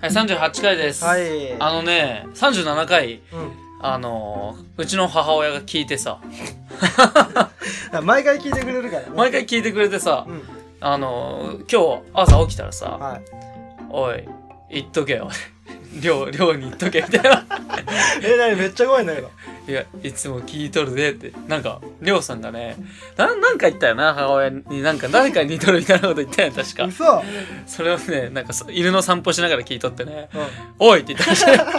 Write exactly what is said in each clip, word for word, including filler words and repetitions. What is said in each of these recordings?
はい、さんじゅうはちかいです。 はい。 あのね、さんじゅうななかい、 うん、 あのー、うちの母親が聞いてさ。 毎回聞いてくれるからね。 毎回聞いてくれてさ、 うん、 あのー、今日朝起きたらさ、 はい、 おい、言っとけよ。寮、寮に言っとけ、みたいな。 え、なにめっちゃ怖いんだけど。 いや、いつも聞いとるでって。なんか、りょうさんがね、な、なんか言ったよな、母親に。なんか誰かに似とるみたいなこと言ったよ、確か。 嘘。 それをね、なんか犬の散歩しながら聞いとってね、 うん、 おいって言ってましたよ。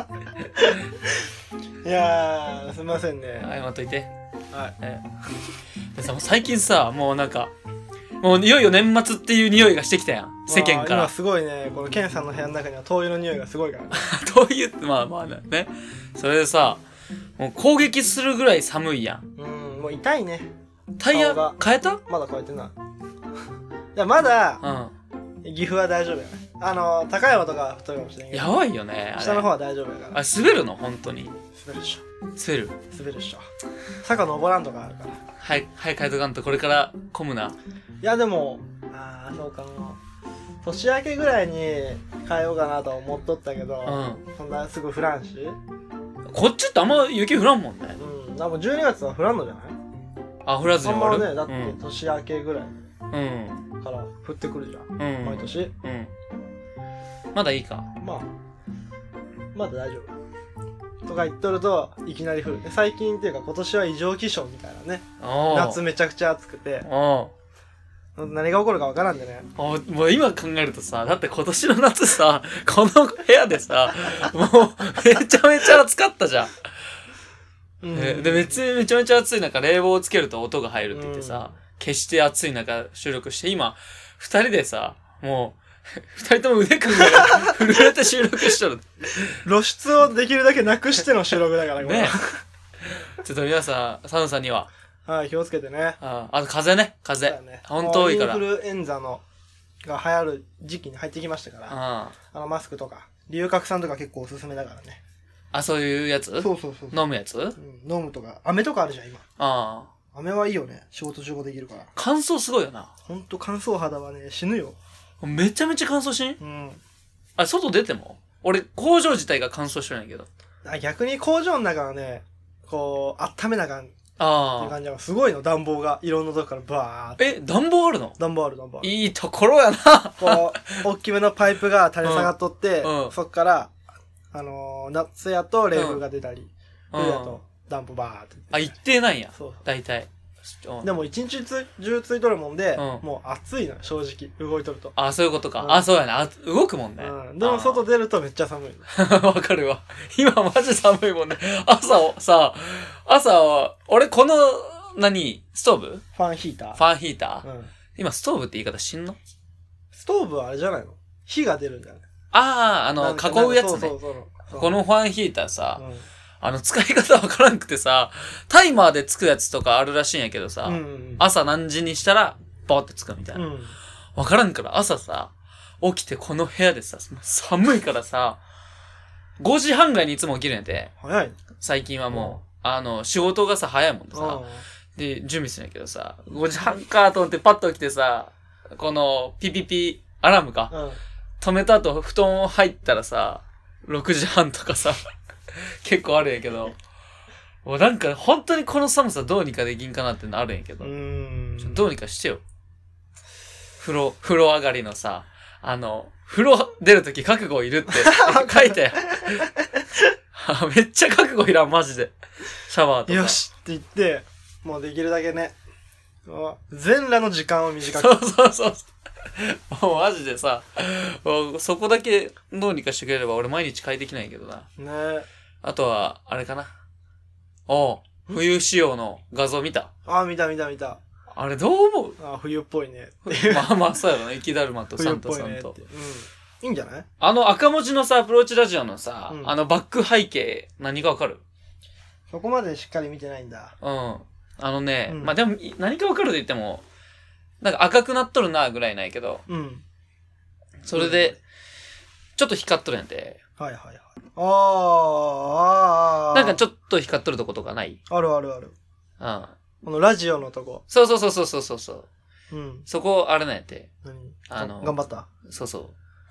いやー、すみませんね。 謝っといて。 はい。 えでさ、最近さ、もうなんか、もういよいよ年末っていう匂いがしてきたやん。世間から。 今すごいね、このケンさんの部屋の中には灯油の匂いがすごいからね。 灯油って、まあまあね。それでさ、もう攻撃するぐらい寒いやん。 うん、もう痛いね。 タイヤ変えた？ まだ変えてない。いや、まだ、 うん。 岐阜は大丈夫やね。あの、高山とか太いかもしれんけど。 やばいよね。あれ下の方は大丈夫やから。 あれ、滑るの本当に。 滑るっしょ。 滑る。 滑るっしょ。坂登らんとかあるから。 はい、はい、変えとかんとこれから混むな。 いや、でも、ああ、そうかな。年明けぐらいに変えようかなとは思っとったけど、うん、そんなすぐ降らんし。 こっちってあんま雪降らんもんね。 うん。でもじゅうにがつは降らんのじゃない？ あ、降らずに終わる？ あんまね、だって年明けぐらいから降ってくるじゃん。うん。毎年。 うん。まだいいか。 まあ、まだ大丈夫。とか言っとるといきなり降る。最近っていうか今年は異常気象みたいなね。夏めちゃくちゃ暑くて。何が起こるかわからんでね。 もう今考えるとさ、だって今年の夏さ、この部屋でさ、もうめちゃめちゃ暑かったじゃん。うん、で、めちゃめちゃめちゃ暑い中、冷房をつけると音が入るって言ってさ、うん、決して暑い中収録して、今、二人でさ、もう、二人とも腕組んで震えて収録しとる。 露出をできるだけなくしての収録だから、 ね。ちょっと皆さん、寒さには。 はい、気をつけてね。 ああと風邪ね、風邪。ね、本当多いから。 インフルエンザのが流行る時期に入ってきましたから、ああのマスクとか、龍角散とか結構おすすめだからね。 あ、そういうやつ？ そうそうそうそう。 飲むやつ？うん、 飲むとか、飴とかあるじゃん、今。 ああ。飴はいいよね。仕事中もできるから。 乾燥すごいよな。 ほんと乾燥肌はね、死ぬよ。 めちゃめちゃ乾燥しん？ うん。 あ、外出ても？俺、工場自体が乾燥してるんやけど。 あ、逆に工場の中はね、こう、温めながん。 ああ。 っていう感じがすごいの、暖房が。いろんなとこからバーって。 え、暖房あるの？ 暖房ある、暖房ある。 いいところやな。 こう、大きめのパイプが垂れ下がっとって、 うんうん、 そっから、あのー、夏やと冷風が出たり、うん、冬やと暖房バーって。 あ、一定なんや。 そう。 大体。 でも一日中ついとるもんで、うん、もう暑いな、正直。動いとると。 あ、そういうことか。うん、あ、そうやな。動くもんね。 うん。でも外出るとめっちゃ寒い。 わかるわ。今マジ寒いもんね。朝をさ、朝は、俺この、何ストーブ？ ファンヒーター。 ファンヒーター、 うん、 今ストーブって言い方知んの？ ストーブはあれじゃないの？火が出るんじゃない？ ああ、あの、囲うやつね。 そうそうそう。 このファンヒーターさ、うん、あの、使い方わからんくてさ、タイマーでつくやつとかあるらしいんやけどさ、うんうん、朝何時にしたら、ボーってつくみたいな。わ、うん、からんから朝さ、起きてこの部屋でさ、寒いからさ、ごじはんぐらいにいつも起きるんやて。 早い。 最近はもう、あの、仕事がさ、早いもんでさ、で、準備するんやけどさ、ごじはんかと思ってパッと起きてさ、この、ピピピ、アラームか。うん、止めた後、布団入ったらさ、ろくじはんとかさ、結構あるんやけど、もうなんか本当にこの寒さどうにかできんかなってのあるんやけど、うーんどうにかしてよ。風呂、風呂上がりのさ、あの、風呂出るとき覚悟いるって書いて。めっちゃ覚悟いらん、マジで。シャワーとか。 よしって言って、もうできるだけね、全裸の時間を短く。 そうそうそう。もうマジでさ、そこだけどうにかしてくれれば俺毎日快適なんやけどな。 ね。 あとは、あれかな。おう、冬仕様の画像見た？ ああ、見た見た見た。 あれどう思う？ ああ、冬っぽいね。 まあまあそうやろね。雪だるまとサンタさんと。 ね、うん。いいんじゃない？ あの赤文字のさ、アプローチラジオのさ、うん、あのバック背景、何かわかる？ そこまでしっかり見てないんだ。 うん。あのね、うん、まあでも何かわかると言っても、なんか赤くなっとるなぐらいないけど、うん。それで、ちょっと光っとるんやて。 はいはいはい。ああ、ああ。 なんかちょっと光っとるとことかない？ あるあるある。 うん。 このラジオのとこ。 そうそうそうそうそうそう。うん。そこ、あれなんやて。 何？ あの、 頑張った？ そうそう。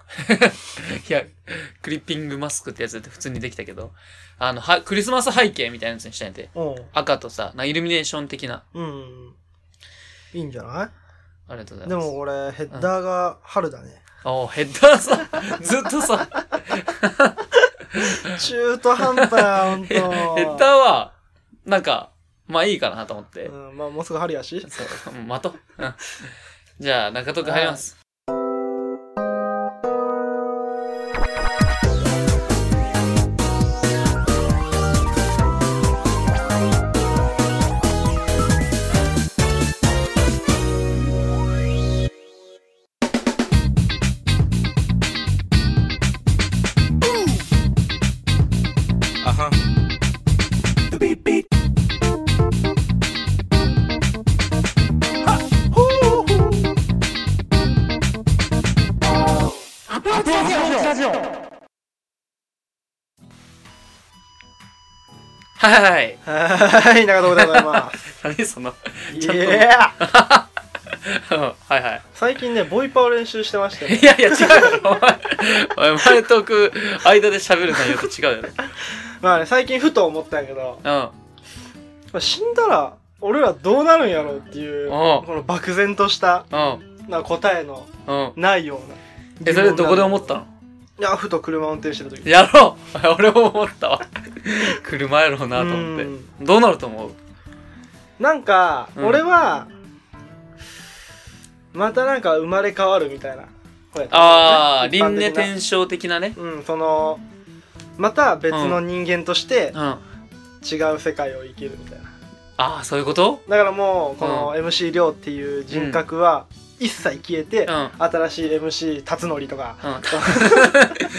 いや、クリッピングマスクってやつで普通にできたけど、あの、は、クリスマス背景みたいなやつにしたんやて。赤とさ、なイルミネーション的な。 うん。いいんじゃない？ ありがとうございます。 でも俺、ヘッダーが春だね。 うん、おヘッダーさ、ずっとさ。 中途半端や、ほんと。ヘッダーは、なんか、まあいいかなと思って。 うん、まあもうすぐ春やし。 そう、待と。うん。じゃあ、中戸く入ります。はい。 はい、中戸でございます。 何その、 ちゃんと。いやはいはい。 最近ね、ボイパを練習してましたよ、 ね。いやいや、違うよ。お前、お前トーク、間で喋る内容と違うよね。 まあね、最近ふと思ったんやけど、うん、死んだら、俺らどうなるんやろうっていう、この漠然とした、なんか答えのないような。 え、それどこで思ったの？ いや、ふと車運転してる時。 やろう俺も思ったわ。車やろうなと思って。どうなると思う？ なんか、うん、俺は、またなんか生まれ変わるみたいな。 ああ、輪廻転生的なね。 うん、その、また別の人間として、違う世界を生きるみたいな。 ああ、そういうこと？ だからもう、この エムシー 亮っていう人格は、一切消えて、うん、新しい エムシー 辰徳とか、うん、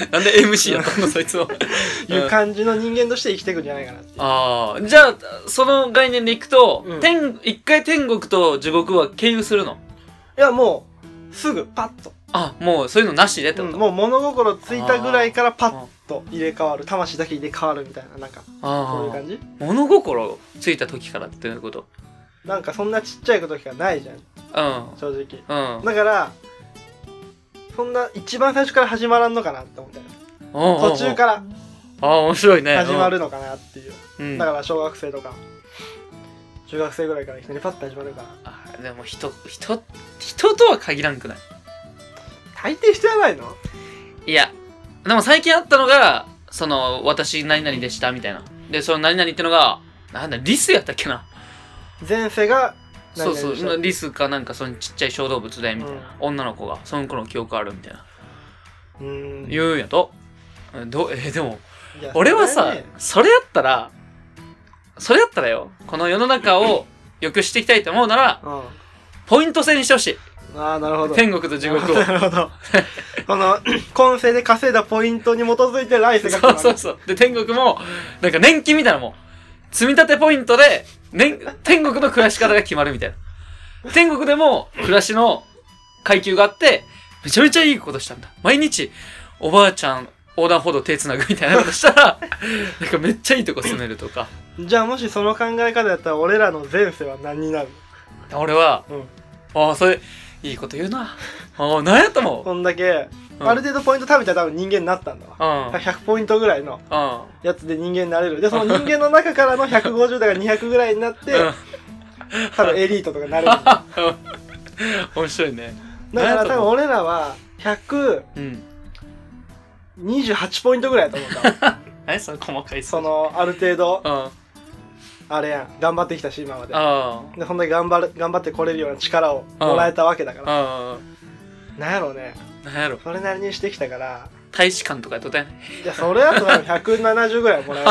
なんで エムシー やったのそいつをいう感じの人間として生きていくんじゃないかなって。 ああ、じゃあその概念でいくと、うん、天一回天国と地獄は経由するの？ いや、もうすぐパッと。 あ、もうそういうのなしでってこと？ うん、もう物心ついたぐらいからパッと入れ替わる、魂だけ入れ替わるみたいな、なんかそういう感じ。 物心ついた時からっていうこと？ なんかそんなちっちゃい時がないじゃん。うん、正直、うん、だからそんな一番最初から始まらんのかなって思ったよ。途中からああ面白いね始まるのかなっていう、うん、だから小学生とか中学生ぐらいからいきなりパッと始まるから。 あでも人人人とは限らんくない？ 大抵人じゃないの？ いやでも最近あったのがその私何々でしたみたいなで、その何々ってのがなんだリスやったっけな、 前世がそうそう、リスかなんかそのちっちゃい小動物でみたいな、うん、女の子がその子の記憶あるみたいなうん言うんやとどえでも俺はさ、ね、それやったらそれやったらよこの世の中を良くしていきたいと思うなら、うん、ポイント制にしてほしい。 ああなるほど。 天国と地獄を。 なるほど。この今世で稼いだポイントに基づいて来世が決まる。 そうそうそう。で天国もなんか年金みたいなもん積み立てポイントで、ね、天国の暮らし方が決まるみたいな。天国でも暮らしの階級があって、めちゃめちゃいいことしたんだ。毎日、おばあちゃん横断歩道手つなぐみたいなことしたら、なんかめっちゃいいとこ住めるとか。 じゃあもしその考え方やったら、俺らの前世は何になるの？俺は、うん、ああ、それ、いいこと言うな。ああ、何やったもん。 こんだけ、うん、ある程度ポイント貯めたら多分人間になったんだわ、うん、ひゃくポイントぐらいのやつで人間になれる。でその人間の中からのひゃくごじゅうだからにひゃくぐらいになって、うん、多分エリートとかになれる面白いね。 だから多分俺らはひゃくにじゅうはちポイントぐらいだと思うんだ何その細かいそのある程度、うん、あれやん頑張ってきたし今まででほんで頑張る頑張ってこれるような力をもらえたわけだからなんやろうね。 なんやろそれなりにしてきたから大使館とかやっとったやん。いやそれだとひゃくななじゅうぐらいもらえる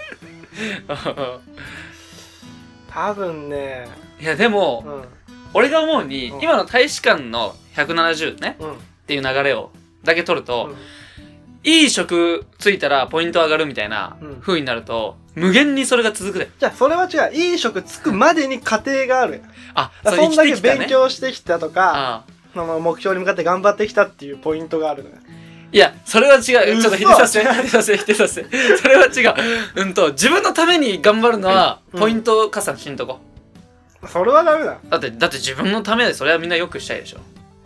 多分ね。 いやでも、うん、俺が思うに、うん、今の大使館のひゃくななじゅうね、うん、っていう流れをだけ取ると、うん、いい職ついたらポイント上がるみたいな風になると、うん、無限にそれが続くで。 じゃあそれは違う。いい職つくまでに過程がある。 あ、 そんだけ勉強してきたとか、目標に向かって頑張ってきたっていうポイントがあるのよ。 いや、それは違う。ちょっと否定させて、否定させて、否定させて。それは違う。うんと、自分のために頑張るのは、ポイント加算しんとこ。 それはダメだ。 だって、だって自分のためでそれはみんな良くしたいでしょ。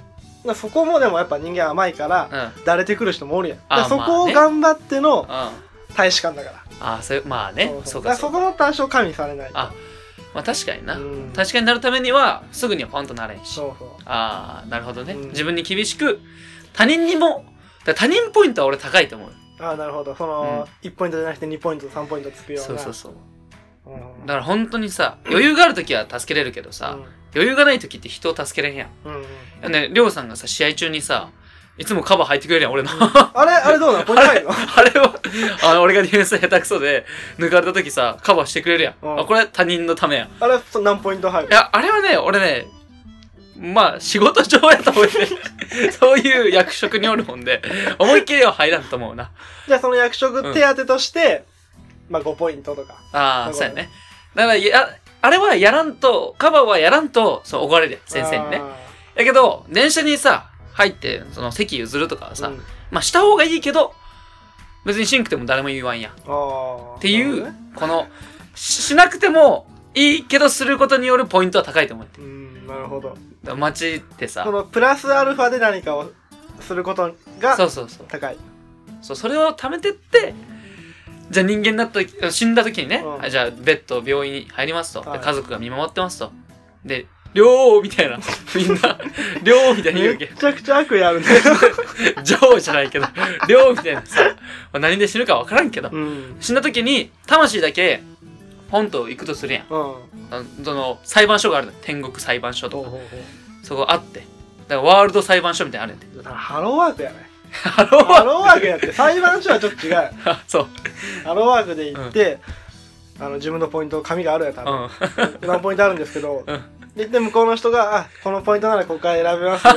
そこもでもやっぱ人間甘いから、うん、だれてくる人もおるやん。 あそこを頑張っての大使館だから。 ああ、そまあね。 そうそう。だからそこも多少加味されないと。 あ、まあ確かにな。うん、確かになるためにはすぐにはポンとなれんし。そうそう。ああ、なるほどね、うん。自分に厳しく、他人にも、だ他人ポイントは俺高いと思う。 ああ、なるほど。その、うん、いちポイントじゃなくてにポイント、さんポイントつくような。 そうそうそう。うん、だから本当にさ、余裕があるときは助けれるけどさ、うん、余裕がないときって人を助けれんやん。うんうん、ね、りょうさんがさ、試合中にさ、いつもカバー入ってくれるやん、俺の。うん、 あれあれどうなのポイント入るのあれは、あの、俺がディフェンス下手くそで、抜かれたときさ、カバーしてくれるやん。うん、あ、これ他人のためやん。 あれ、何ポイント入る？ いや、あれはね、俺ね、まあ、仕事上やと思うね。そういう役職におるもんで、思いっきりは入らんと思うな。 じゃあその役職手当として、うん、まあごポイントとか。 ああ、そうやね。だからや、あれはやらんと、カバーはやらんと、そう、怒られるやん、先生にね。やけど、電車にさ、入って、その席譲るとかはさ、うん、まあした方がいいけど、別にしんくても誰も言わんやん。っていう、ね、このし、しなくてもいいけどすることによるポイントは高いと思って。 うん、なるほど。 街ってさ、 そのプラスアルファで何かをすることが高い。 そうそうそう。 高い。 そう、それを貯めてって、じゃあ人間になった時、死んだ時にね、うん、じゃあベッド、病院に入りますと。はい、家族が見守ってますと。で、りょうみたいな。みんな、りょうみたいに言うわけ。 めちゃくちゃ悪意あるね。 ジョーじゃないけど、りょうみたいなさ、まあ、何で死ぬかわからんけど、うん、死んだ時に、魂だけ、ポンと行くとするやん。うん、その、裁判所があるの。天国裁判所とか。ほうほうほう、そこあって。だからワールド裁判所みたいなのあるんで。 ハローワークやね。 ハローワークハローワークやって、裁判所はちょっと違う。 そう。 ハローワークで行って、うん、あの、自分のポイント、紙があるや多分。うん、何ポイントあるんですけど、うんで、で向こうの人が、あ、このポイントならここから選べますよ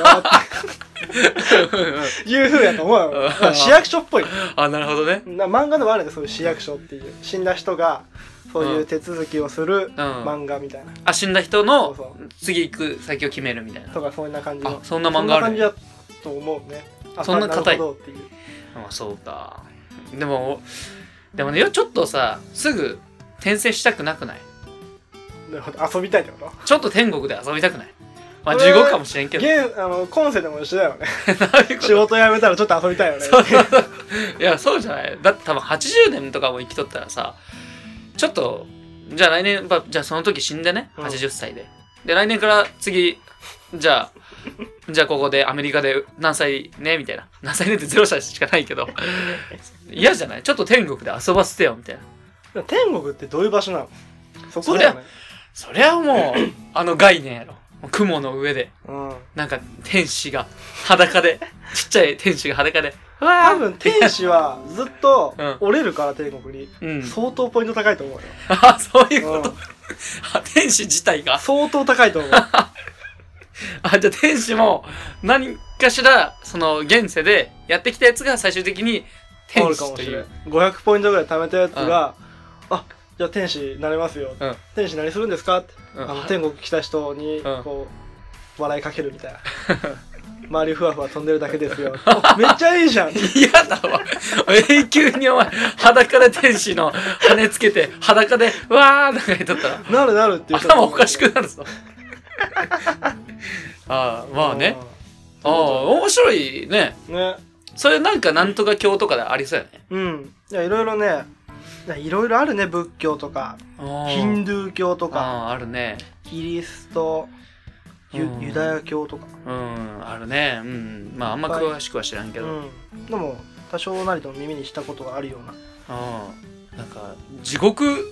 っていう風やと思うよ。市役所っぽい。 あ、なるほどね。 な漫画でもあるんだよ、そういう市役所っていう。死んだ人が、そういう手続きをする漫画みたいな。うんうん、 あ、死んだ人の次行く先を決めるみたいな。 とか、そんな感じの。 あ、そんな漫画ある。 そんな感じだと思うね。 そんな硬い。 なるほどっていう。 あ、そうか。でも、でもね、ちょっとさ、すぐ転生したくなくない？ なるほど、遊びたいってこと？ ちょっと天国で遊びたくない？まあ地獄かもしれんけど。 現あの今世でも一緒だよね。仕事辞めたらちょっと遊びたいよね。 そうそうそう。いや、そうじゃない。だって多分はちじゅうねんとかも生きとったらさ、ちょっと、じゃあ来年、じゃあその時死んでね、はちじゅっさいで。うん、で、来年から次、じゃあ、じゃあここでアメリカで何歳ねみたいな。何歳ねってゼロさいしかないけど。嫌じゃない？ちょっと天国で遊ばせてよみたいな。天国ってどういう場所なの？そこだよね。 そりゃもう、あの概念やろ。雲の上で。うん、なんか、天使が裸で、ちっちゃい天使が裸で。 多分、天使はずっと折れるから、天国に、うん。相当ポイント高いと思うよ。 あ、そういうこと。うん、天使自体が相当高いと思う。 あ、じゃあ天使も何かしら、その現世でやってきたやつが最終的に天使という。 ごひゃくポイントぐらい貯めたやつが、うん、あ、じゃあ天使になれますよ。うん、天使何するんですかって、うん、あの天国来た人にこう、うん、笑いかけるみたいな。周りふわふわ飛んでるだけですよ。めっちゃいいじゃん。 嫌だわ。永久にお前、裸で天使の羽つけて、裸で、わーとか言っとったら。 なるなるっていう人。頭おかしくなるぞ。ああ、まあね。ああ、面白いね。ね。それなんかなんとか教とかでありそうやね。 うん。いや、いろいろね、いろいろあるね、仏教とか、ヒンドゥー教とか、 ああ、あるね。 キリスト、ユ, ユダヤ教とか。 うん、あるね。うん。まあ、あんま詳しくは知らんけど。うん、 でも、多少なりとも耳にしたことがあるような。 ああ、なんか、地獄、うん、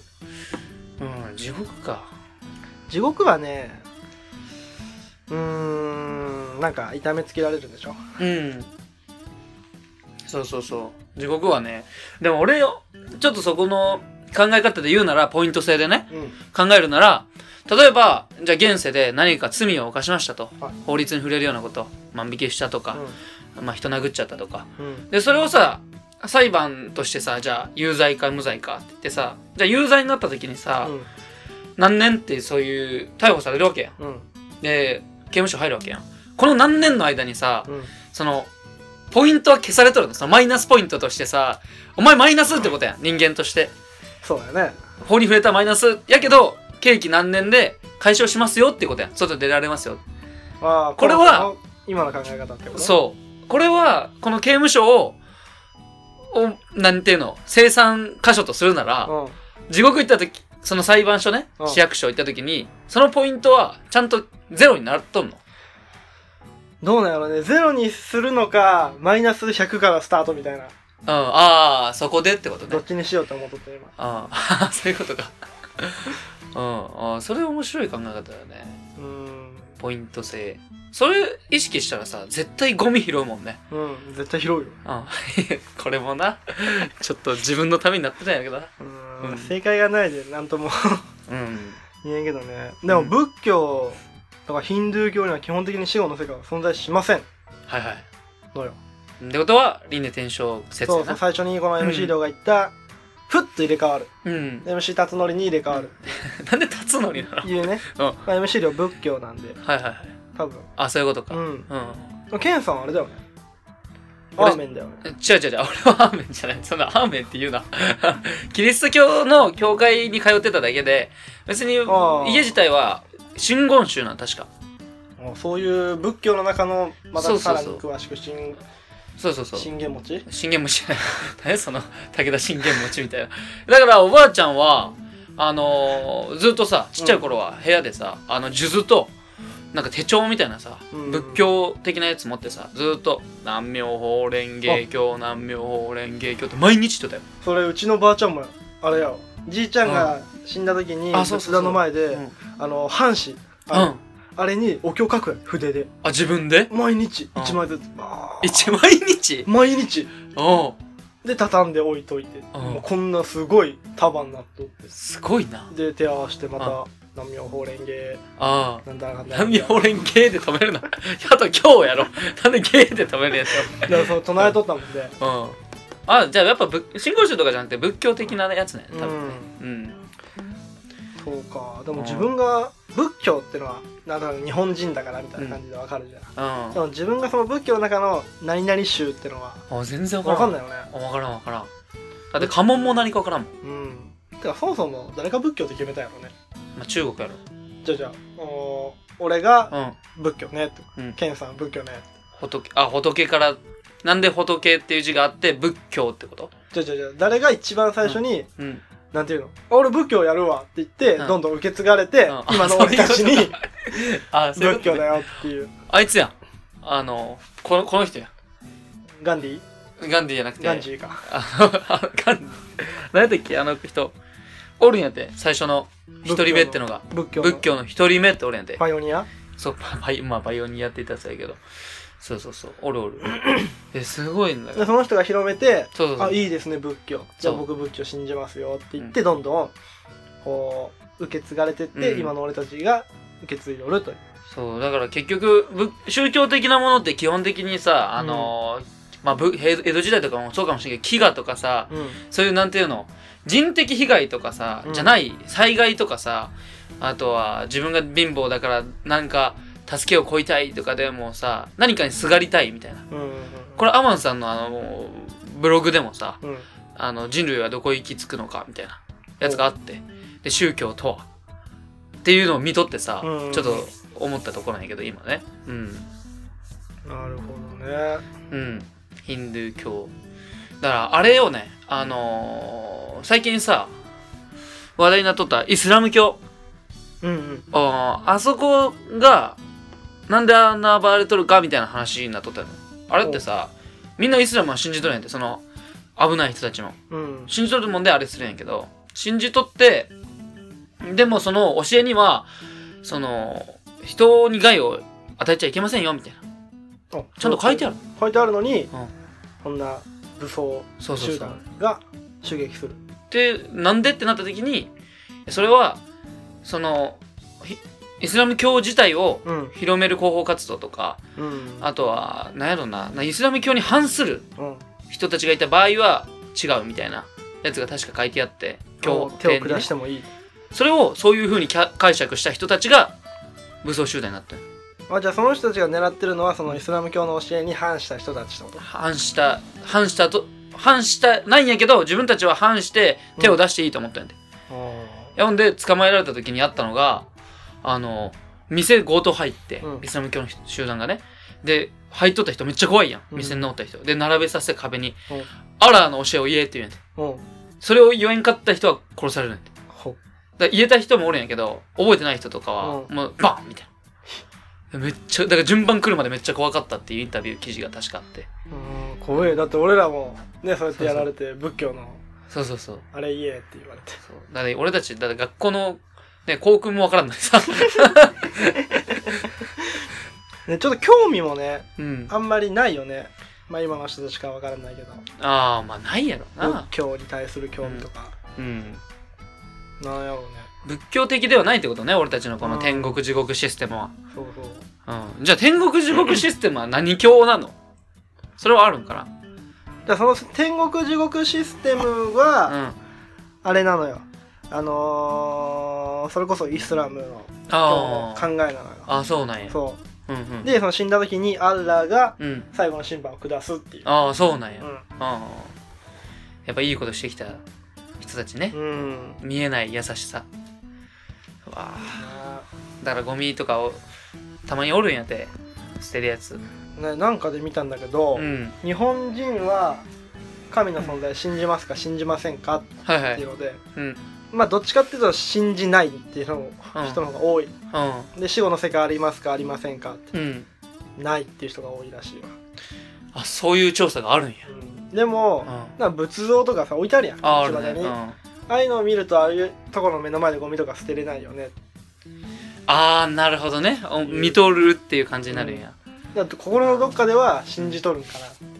地獄か。 地獄はね、うーん、なんか痛めつけられるんでしょ。 うん。そうそうそう。地獄はね、でも俺よ、ちょっとそこの考え方で言うなら、ポイント制でね、うん、考えるなら、例えば、じゃあ現世で何か罪を犯しましたと。はい、法律に触れるようなこと。万引きしたとか、うん、まあ人殴っちゃったとか、うん。で、それをさ、裁判としてさ、じゃあ有罪か無罪かって言ってさ、じゃあ有罪になった時にさ、うん、何年ってそういう逮捕されるわけやん。うん、で、刑務所入るわけやん。この何年の間にさ、うん、その、ポイントは消されとるの。そのマイナスポイントとしてさ、お前マイナスってことやん。人間として。 そうやね。 法に触れたマイナスやけど、刑期何年で解消しますよってことやん。外出られますよ。 ああ、 これは、 今の考え方ってこと？ そうこれはこの刑務所ををなんていうの生産箇所とするなら、うん、地獄行った時その裁判所ね、うん、市役所行った時にそのポイントはちゃんとゼロになっとんの？ どうなんやろね。ゼロにするのかマイナスひゃくからスタートみたいな。 うん、ああそこでってことね。 どっちにしようと思っとって今。 ああそういうことか。うんあそれ面白い考え方だよね。うんポイント制それ意識したらさ絶対ゴミ拾うもんね。 うん絶対拾うよ。うんこれもなちょっと自分のためになってたんやけどな。 うん、うん、正解がないでなんともうん言えんけどね。でも仏教とかヒンドゥー教には基本的に死後の世界は存在しません。 はいはいのよ。 ってことは輪廻転生説やな。 そうそう最初にこの エムシー 量が言った、うん、ふっと入れ替わる、うん、エムシー 辰徳に入れ替わる、 うん、なんで辰徳なのいうね、うんまあ、エムシー 量仏教なんではいはいはい多分あそういうことかうん、 うん、ケンさんはあれだよねアーメンだよね。 違う違う違う俺はアーメンじゃないそんなアーメンって言うなキリスト教の教会に通ってただけで別に家自体は真言宗なの確か。 そういう仏教の中のまたさらに詳しく真そうそうそう信玄餅信玄餅じゃない何その武田信玄餅みたいな。だからおばあちゃんはあのー、ずっとさちっちゃい頃は部屋でさ、うん、あの数珠となんか手帳みたいなさ、うん、仏教的なやつ持ってさずっと南無法蓮華経南無法蓮華経って毎日言ってたよ。 それうちのばあちゃんもあれやわじいちゃんが死んだ時に仏壇の前で、うん、あの半紙あの、うんあれにお経書く筆で。 あ、自分で毎日、一枚ずつ。 一毎日毎日。おで、畳んで置いといて。もうこんなすごい束になっとって。 すごいな。 で、手合わせてまた、南無法蓮華。 ああ。 なんだかんだ。 南無法蓮華で止めるな。あと今日やろ。なんで芸で止めるやつよ。 だからその唱えとったもんで。 うん。あ、じゃあやっぱ真言宗とかじゃなくて仏教的なやつね。多分ね。うん。うんそうか。でも自分が仏教ってのはなんだろう日本人だからみたいな感じでわかるじゃん、うん、でも自分がその仏教の中の何々宗ってのはあ全然わからんわかんないよね。 わからんわからん。だって家紋も何かわからんもん。 うんてかそもそも誰が仏教って決めたんやろね。 まあ中国やろ。 じゃあじゃあお俺が仏教ねって、うん、ケンさん仏教ねって仏あ仏からなんで仏っていう字があって仏教ってこと？ じゃあじゃあじゃあ誰が一番最初に、うんうんなんていうの俺仏教やるわって言って、うん、どんどん受け継がれて、うん、今の俺たちに仏教だよっていう。 あいつやん。あの、この、この人やん。 ガンディガンディじゃなくて。 ガンジーか。 あの、ガンディ。何やったっけあの人。おるんやって、最初の一人目ってのが。 仏教の。 仏教の一人目っておるんやって。 パイオニアそう、パイ、まあ、パイオニアって言ったやつやけど。そうそうそう、おるおる。え、すごいんだよ。 その人が広めて、 そうそうそうあ、いいですね、仏教。じゃあ僕仏教信じますよって言って、どんどん、こう、受け継がれてって、うん、今の俺たちが受け継いでおるという。 そう、だから結局、宗教的なものって基本的にさ、あのー、うん、まあ、江戸時代とかもそうかもしれないけど、飢餓とかさ、うん、そういうなんていうの、人的被害とかさ、うん、じゃない、災害とかさ、あとは自分が貧乏だからなんか、助けを乞いたいとかでもさ何かにすがりたいみたいな、うんうんうん、これアマンさんのあのブログでもさ、うん、あの人類はどこ行き着くのかみたいなやつがあってで宗教とはっていうのを見とってさ、うんうん、ちょっと思ったところなんやけど今ね、うん、 なるほどねうんヒンドゥー教だからあれをねあのー、最近さ話題になっとったイスラム教、うんうん、あ, あそこがなんであんな暴れとるかみたいな話になっとったの。あれってさみんなイスラムは信じとるんやんてその危ない人たちも、うん、信じとるもんであれするんやけど信じとってでもその教えにはその人に害を与えちゃいけませんよみたいなちゃんと書いてある書いてあるのに、うん、こんな武装集団が襲撃するでなんでってなった時にそれはそのイスラム教自体を広める広報活動とか、うん、あとは何やろなイスラム教に反する人たちがいた場合は違うみたいなやつが確か書いてあって教典に、ね、手を下してもいいそれをそういう風に解釈した人たちが武装集団になった。 あじゃあその人たちが狙ってるのはそのイスラム教の教えに反した人たちってこと？ 反した反したと反したないんやけど自分たちは反して手を出していいと思ったんで、うん、ほんで捕まえられた時にあったのがあの店強盗入って、 うん、 イスラム教の集団がね。で、入っとった人めっちゃ怖いやん。店におった人。で、並べさせて壁に、うん、アラーの教えを言えって言うんやて。うん、それを言えんかった人は殺されるんやて。だ言えた人もおるんやけど、覚えてない人とかは、もう、バンみたいな。めっちゃ、だから順番来るまでめっちゃ怖かったっていうインタビュー記事が確かあって。 うん、怖い。だって俺らも、ね、そうやってやられて、仏教の、 そうそうそう。 あれ言えって言われて。 そうだから俺たち、だから学校の、ね、校訓もわからんのにさ。 ね、ちょっと興味もね、 うん、 あんまりないよね。まあ今の人たちかわからないけど。 ああ、まあないやろな。 仏教に対する興味とか。うん。うん、なんやろうね。 仏教的ではないってことね、俺たちのこの天国地獄システムは。 そうそう。 うん。じゃあ天国地獄システムは何教なの？それはあるんかな？ だからその天国地獄システムは、うん、あれなのよ。あのー、それこそイスラムの考えなのよ。 ああ、そうなんや。 そう。うんうん、でその死んだ時にアッラーが最後の審判を下すっていう、 うん、ああそうなんや、うん、あやっぱいいことしてきた人たちね、うん、見えない優しさわあだからゴミとかをたまにおるんやて捨てるやつ、 ね、なんかで見たんだけど、うん、日本人は神の存在信じますか、うん、信じませんかっていうので、はいはいうん、まあどっちかっていうと信じないっていう人の方が多い、うん、で死後の世界ありますかありませんかって、うん、ないっていう人が多いらしいわ。 あそういう調査があるんや、 うん、でも、うん、なんか仏像とかさ置いてあるやんああるね、 に、うん、ああいうのを見るとああいうところの目の前でゴミとか捨てれないよね。 ああなるほどね、見とるっていう感じになるんや、 うん、だって心のどっかでは信じとるんかなっていう。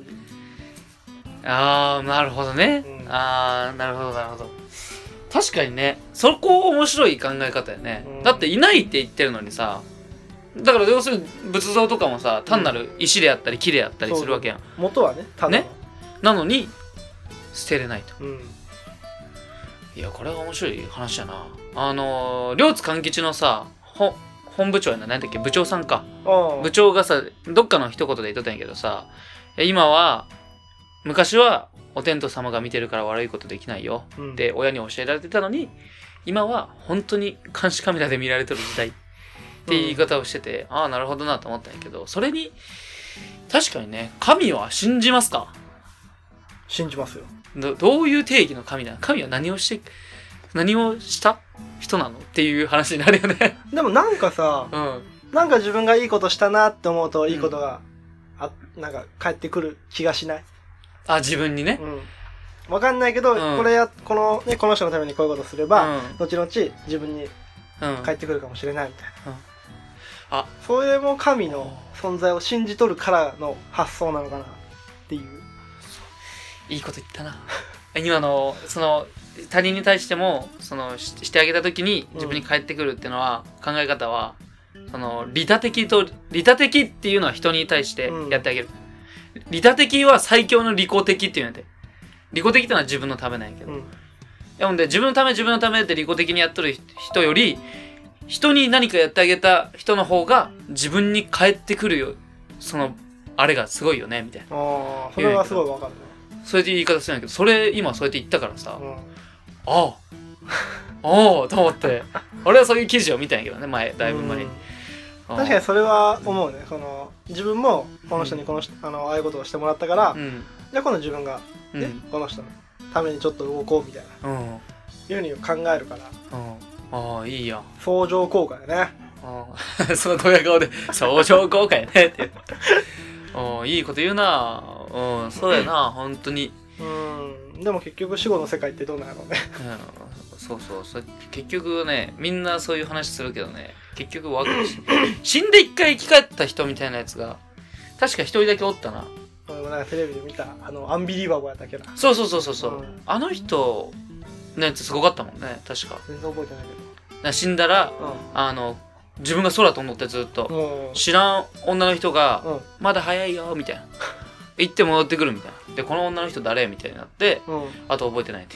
ああなるほどね、うん、ああなるほどなるほど。確かにね、そこ面白い考え方やね、うん、だっていないって言ってるのにさ、だから要するに仏像とかもさ単なる石であったり木であったりするわけやん、 うん、元はね単ねなのに捨てれないと、うん、いやこれは面白い話やな。あのー、両津勘吉のさ本部長やな、何だっけ部長さんか、部長がさどっかの一言で言っとったんやけどさ、今は昔はお天道様が見てるから悪いことできないよって親に教えられてたのに、うん、今は本当に監視カメラで見られてる時代って言い方をしてて、うん、ああなるほどなと思ったんやけど、それに確かにね、神は信じますか？ 信じますよ。 ど, どういう定義の神なの？神は何をして何をした人なのっていう話になるよねでもなんかさ、うん、なんか自分がいいことしたなって思うといいことが、うん、あなんか返ってくる気がしない？ あ、自分にね。 うん。わかんないけど、うん、これや、このね、この人のためにこういうことすれば、うん、後々自分に返ってくるかもしれないみたいな。うん、あ、それも神の存在を信じとるからの発想なのかなっていう。 いいこと言ったな。今の、その、他人に対しても、その、し、してあげた時に自分に返ってくるっていうのは、考え方は、その、利他的と、利他的っていうのは人に対してやってあげる。利他的は最強の利己的っていうんで、利己的ってのは自分のためなんやけど、うん、いやほんで自分のため自分のためって利己的にやっとる人より人に何かやってあげた人の方が自分に返ってくるよ、そのあれがすごいよねみたいな。 ああそれはすごいわかるね。 それで言い方するんやけど、それ今そうやって言ったからさ、うん、ああああと思って俺はそういう記事を見たんやけどね、前だいぶ前に、うん確かにそれは思うね。その自分もこの人にこの人、うん、あのああいうことをしてもらったから、うん、じゃあ今度自分が、ねうん、この人のためにちょっと動こうみたいな、うん、いうふうに考えるから、 うん、ああいいやん相乗効果やね。 あそのドヤ顔で相乗効果やねってあいいこと言うな。うんそうやな本当に。 うんでも結局死後の世界ってどうなんやろうね、 うん、そうそうそ結局ねみんなそういう話するけどね結局わかるし死んで一回生き返った人みたいなやつが確か一人だけおったな。 俺もなんかテレビで見たあのアンビリバボーやったっけな。 そうそうそうそうそう、うん、あの人のやつすごかったもんね確か。 全然覚えてないけど死んだら、うん、あの自分が空飛んどってずっと、うん、知らん女の人が、うん、まだ早いよみたいな行って戻ってくるみたいなでこの女の人誰みたいになって、うん、あと覚えてないって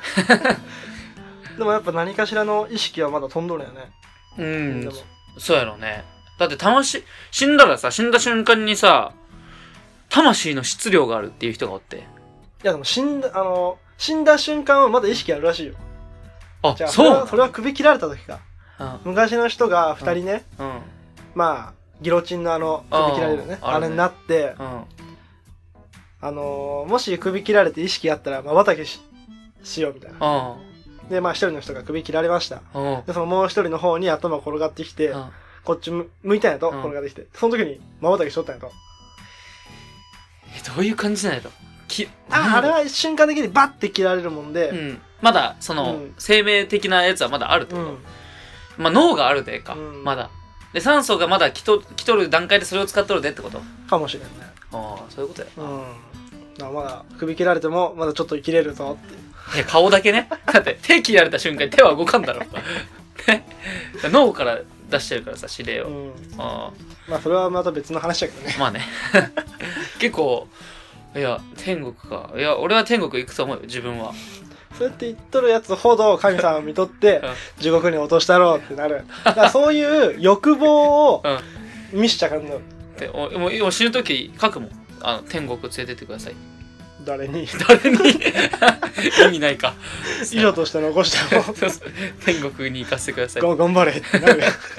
でもやっぱ何かしらの意識はまだ飛んどるよね。 うんそうやろうね。だって魂死んだらさ死んだ瞬間にさ魂の質量があるっていう人がおって。いやでも死んだあの死んだ瞬間はまだ意識あるらしいよ。 あじゃあそうそれは、それは首切られた時か。 うん、昔の人が二人ね、うんうん、まあギロチンのあの首切られるね、あ, あれになって、うん、あのー、もし首切られて意識あったら瞬き し, しようみたいな、うん、でまあ一人の人が首切られました、うん、でそのもう一人の方に頭転がってきて、うん、こっち向いたんやと、うん、転がってきてその時に瞬きしとったんやと。 えどういう感じなんやろ。きああれは瞬間的にバッて切られるもんで、うん、 まだその、うん、生命的なやつはまだあるってこと、うん、まあ脳があるでか、うん、まだで酸素がまだ来と、来とる段階でそれを使っとるでってことかもしれない。 ああそういうことや、うん、 だからまだ首切られてもまだちょっと生きれるぞって。 いや顔だけねだって手切られた瞬間に手は動かんだろ脳から出してるからさ指令を、うん、 あまあそれはまた別の話だけどね。 まあね結構いや天国かいや俺は天国行くと思うよ自分は。 そうやって言っとるやつほど神様を見とって地獄に落としたろうってなる。だからそういう欲望を見しちゃかんの。 でおもう死ぬ時書くもんあの天国連れてってください。 誰に誰に意味ないか。 以上として残しても天国に行かせてください。 頑張れってなる。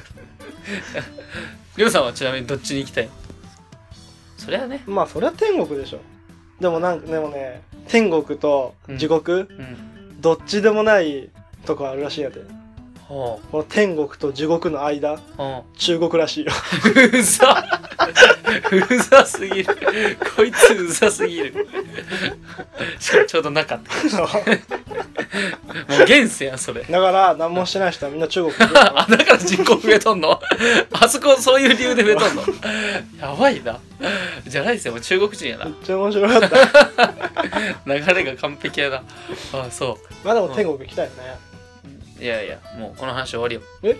りょうさんはちなみにどっちに行きたい？そりゃね。 まあそりゃ天国でしょ。でもなんかでもね天国と地獄、うんうん、どっちでもないとこあるらしいやで。はあ、この天国と地獄の間、はあ、中国らしいよ。 うざうざすぎる。こいつうざすぎる。しかもちょうどなかった。もう現世やんそれ。 だから何もしてない人はみんな中国あだから人口増えとんのあそこそういう理由で増えとんのやばいな。じゃないですよもう中国人やな。 めっちゃ面白かった流れが完璧やな。あそうまあでも天国行きたいよね、 うん、いやいやもうこの話終わりよ。 え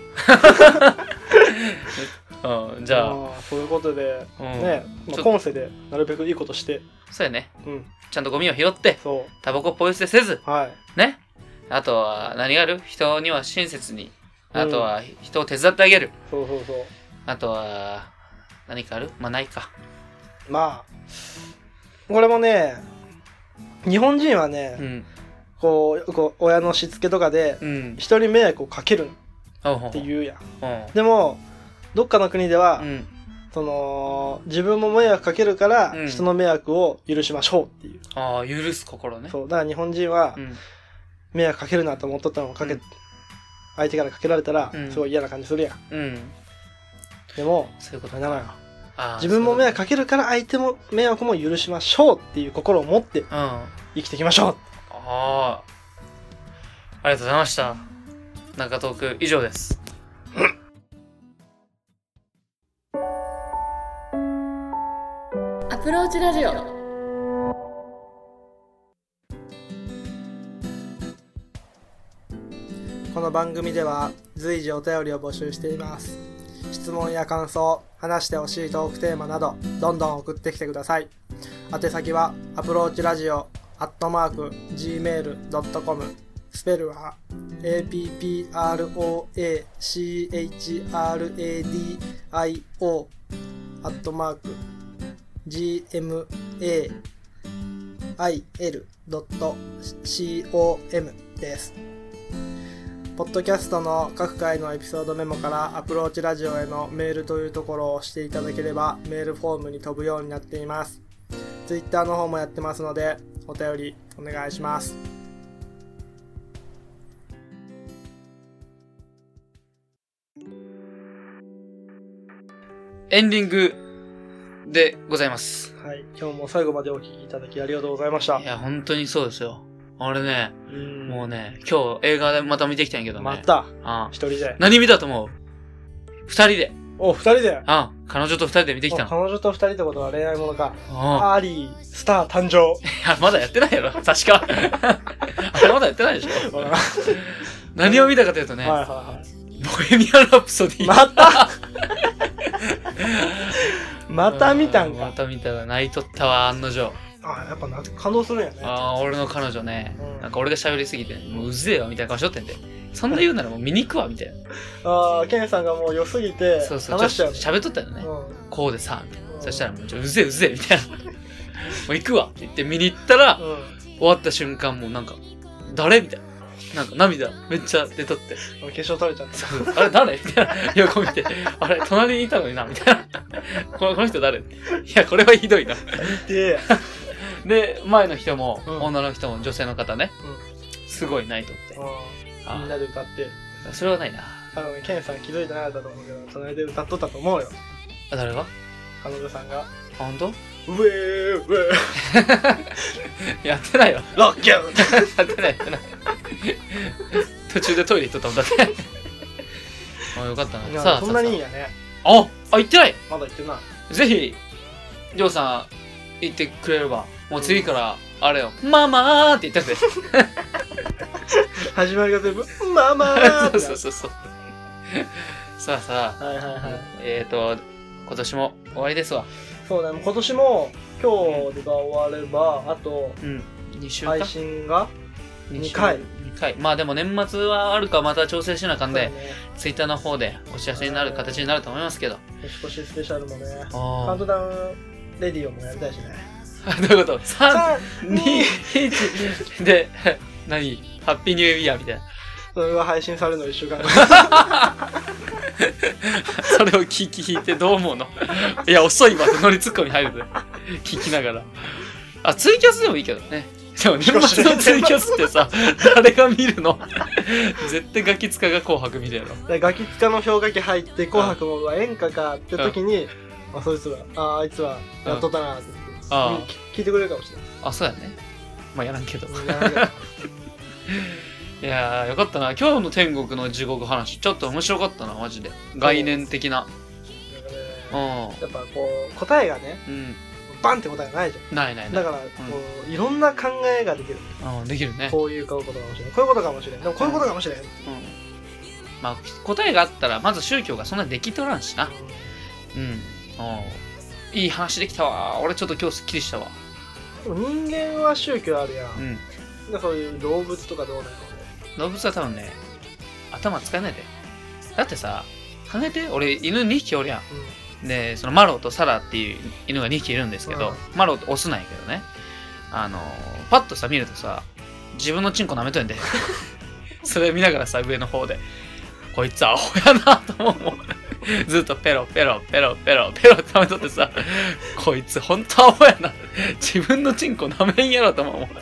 うん、じゃあそういうことで、うん、ね、まあ、今世でなるべくいいことしてそうやね、うん、ちゃんとゴミを拾ってタバコポイ捨てせず、はい、ね、あとは何がある人には親切に、あとは人を手伝ってあげる、 うん、そうそうそう、 あとは何かある？まあないか。 まあこれもね日本人はね、うん、こう、こう親のしつけとかで、うん、人に迷惑をかけるって言うやん、うん、でもどっかの国では、うん、その自分も迷惑かけるから、うん、人の迷惑を許しましょうっていう。 ああ許す心ね。 そうだから日本人は、うん、迷惑かけるなと思っとったのをかけ、うん、相手からかけられたら、うん、すごい嫌な感じするやん、うん、でもそういうことなのよ。自分も迷惑かけるから相手も迷惑も許しましょうっていう心を持って生きていきましょう、うん、 ああありがとうございました。中トーク以上です。 アプローチラジオ。 この番組では随時お便りを募集しています。質問や感想、話してほしいトークテーマなどどんどん送ってきてください。宛先はアプローチラジオアットマーク ジーメールドットコム、 スペルは エーピーピーアールオーエーシーエイチアールエーディーアイオー アットマーク ジーエムエーアイエルドットコム です。ポッドキャストの各回のエピソードメモからアプローチラジオへのメールというところを押していただければメールフォームに飛ぶようになっています。ツイッターの方もやってますのでお便りお願いします。 エンディングでございます。 はい、今日も最後までお聞きいただきありがとうございました。 いや本当にそうですよ。俺ね、うもうね、今日映画でまた見てきたんやけどね。 またああ一人で。 何見たと思う？二人で。 お、二人で。 ああ彼女と二人で見てきたの。 彼女と二人ってことは恋愛ものか。あアーリー、スター誕生。 いや、まだやってないやろ、確か。あれまだやってないでしょ。何を見たかというとね、はいはいはい、ボヘミアン・ラプソディ。 またまた見たんか。 また見たわ。泣いとったわ、案の定。 ああ、やっぱなんか感動するんやね。 ああ、俺の彼女ね、うん、なんか俺が喋りすぎて、もううぜえわみたいな顔しとってんで。そんな言うならもう見に行くわみたいな。ああ、ケンさんがもう良すぎて、 そうそう、話しちゃう。喋っとったよね。うん、こうでさ、みたいな。うん、そしたらもうちょうぜえうぜえみたいな。もう行くわって言って見に行ったら、うん、終わった瞬間もうなんか、誰みたいな。 なんか涙めっちゃ出とって。 化粧取れちゃった。 あれ誰みたいな。横見て。あれ隣にいたのになみたいな。このこの人誰いや、これはひどいな。 で、 で、前の人も、 うん、 女の人も女性の方ね。 うん、 すごい泣いとって。 みんなで歌って。 それはないな。 多分、ケンさん気づいてなかったと思うけど、隣で歌っとったと思うよ。 あ、誰が彼女さんが。 あ、ほんとウェーウェーやってないわ。 ロッキューやってないやってない。途中でトイレ行っとったもんだって。あ、よかったな。 さあ、そんなにいいんやね。 あ、あ、行ってないまだ行ってない。 ぜひ、ジョーさん、行ってくれれば、もう次から、あれよ、ママーって言ってて。 始まりが全部、ママーそうそうそうそう。さあさあ、 はいはいはい。 えっと、今年も終わりですわ。 そうだね、今年も今日が終われば、あと、 うん、に週配信がにかい。 にかい。まあでも年末はあるかまた調整しなあかんで、 ね、 ツイッターの方でお知らせになる形になると思いますけど。 年越しスペシャルもね、カウントダウンレディオもやりたいしね。 どういうこと ?さん、に、いちで、何ハッピーニューイヤーみたいな。 それが配信されるのいっしゅうかんそれを聞き聞いてどう思うのいや、遅いわって乗りツッコミ入るで。聞きながら。あ、ツイキャスでもいいけどね。でも年末のツイキャスってさ、誰が見るの絶対ガキ使が紅白見るやろ。 ガキ使の氷河期入って紅白も演歌かって時に、あ、そいつら、あ、あいつはやっとったなってあ聞いてくれるかもしれない。 あ、そうやね。まあやらんけど。いやーよかったな。今日の天国の地獄話ちょっと面白かったな、マジで。概念的な。 うん。やっぱこう答えがね、うん、バンって答えがないじゃん。 ないないない。 だからこう、うん、いろんな考えができる。 うん、できるね。 こういうことかもしれない。こういうことかもしれない。でもこういうことかもしれない。うん。 まあ答えがあったらまず宗教がそんなにできとらんしな。うん。うん。いい話できたわ。俺ちょっと今日すっきりしたわ。 でも人間は宗教あるやん。 うん。 そういう動物とかどうなの？ 動物は多分ね、頭使えないで。だってさ、考えて、俺犬にひきおるやん。うん、で、そのマロとサラっていう犬がにひきいるんですけど、うん、マロってオスなんやけどね。あの、パッとさ見るとさ、自分のチンコ舐めとんで。それ見ながらさ、上の方で、こいつアホやなと思うもん。ずっとペロペロペロペロペロって舐めとってさ、こいつほんとアホやな。自分のチンコ舐めんやろと思うもん。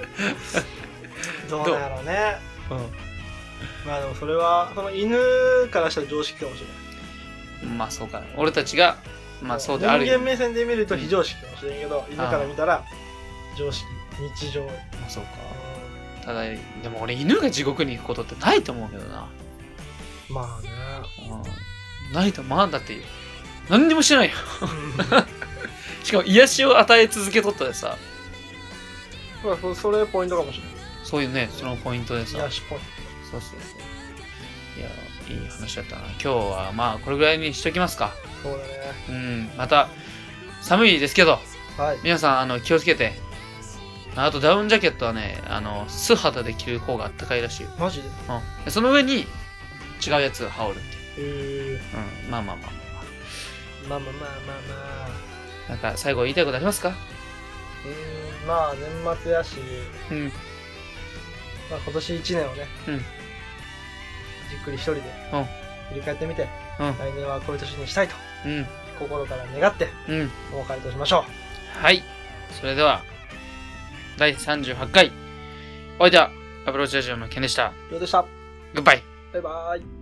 どうなんやろうね。うん。まあでもそれはその犬からしたら常識かもしれない。 まあそうか。俺たちがまあそうである。 人間目線で見ると非常識かもしれんけど、うん、犬から見たら常識、日常。まあそうか。うん、ただでも俺犬が地獄に行くことってないと思うけどな。 まあね。 うん、ないとまあだって何にもしてないよ。しかも癒しを与え続けとったでさ。 まあそれポイントかもしれない。 そういうね、そのポイントでさ。 癒しポイント。 そうそうそう。いや、いい話だったな。今日はまあこれぐらいにしときますか。 そうだね。 うん、また寒いですけど、 はい、 皆さんあの気をつけて。あとダウンジャケットはね、あの素肌で着る方があったかいらしいよ。 マジで？ うん。その上に違うやつを羽織るっていう。へえ。 うん、まあまあまあ。 まあまあまあまあまあ。なんか最後言いたいことありますか？ うん、まあ年末やし。うん。まあ、今年いちねんをね、うん、じっくり一人で振り返ってみて、うん、来年はこういう年にしたいと、うん、心から願って、うん、お別れとしましょう。はい。それでは、だいさんじゅうはちかい、お相手はアプローチラジオのケンでした。 ようでした。 グッバイ。 バイバイ。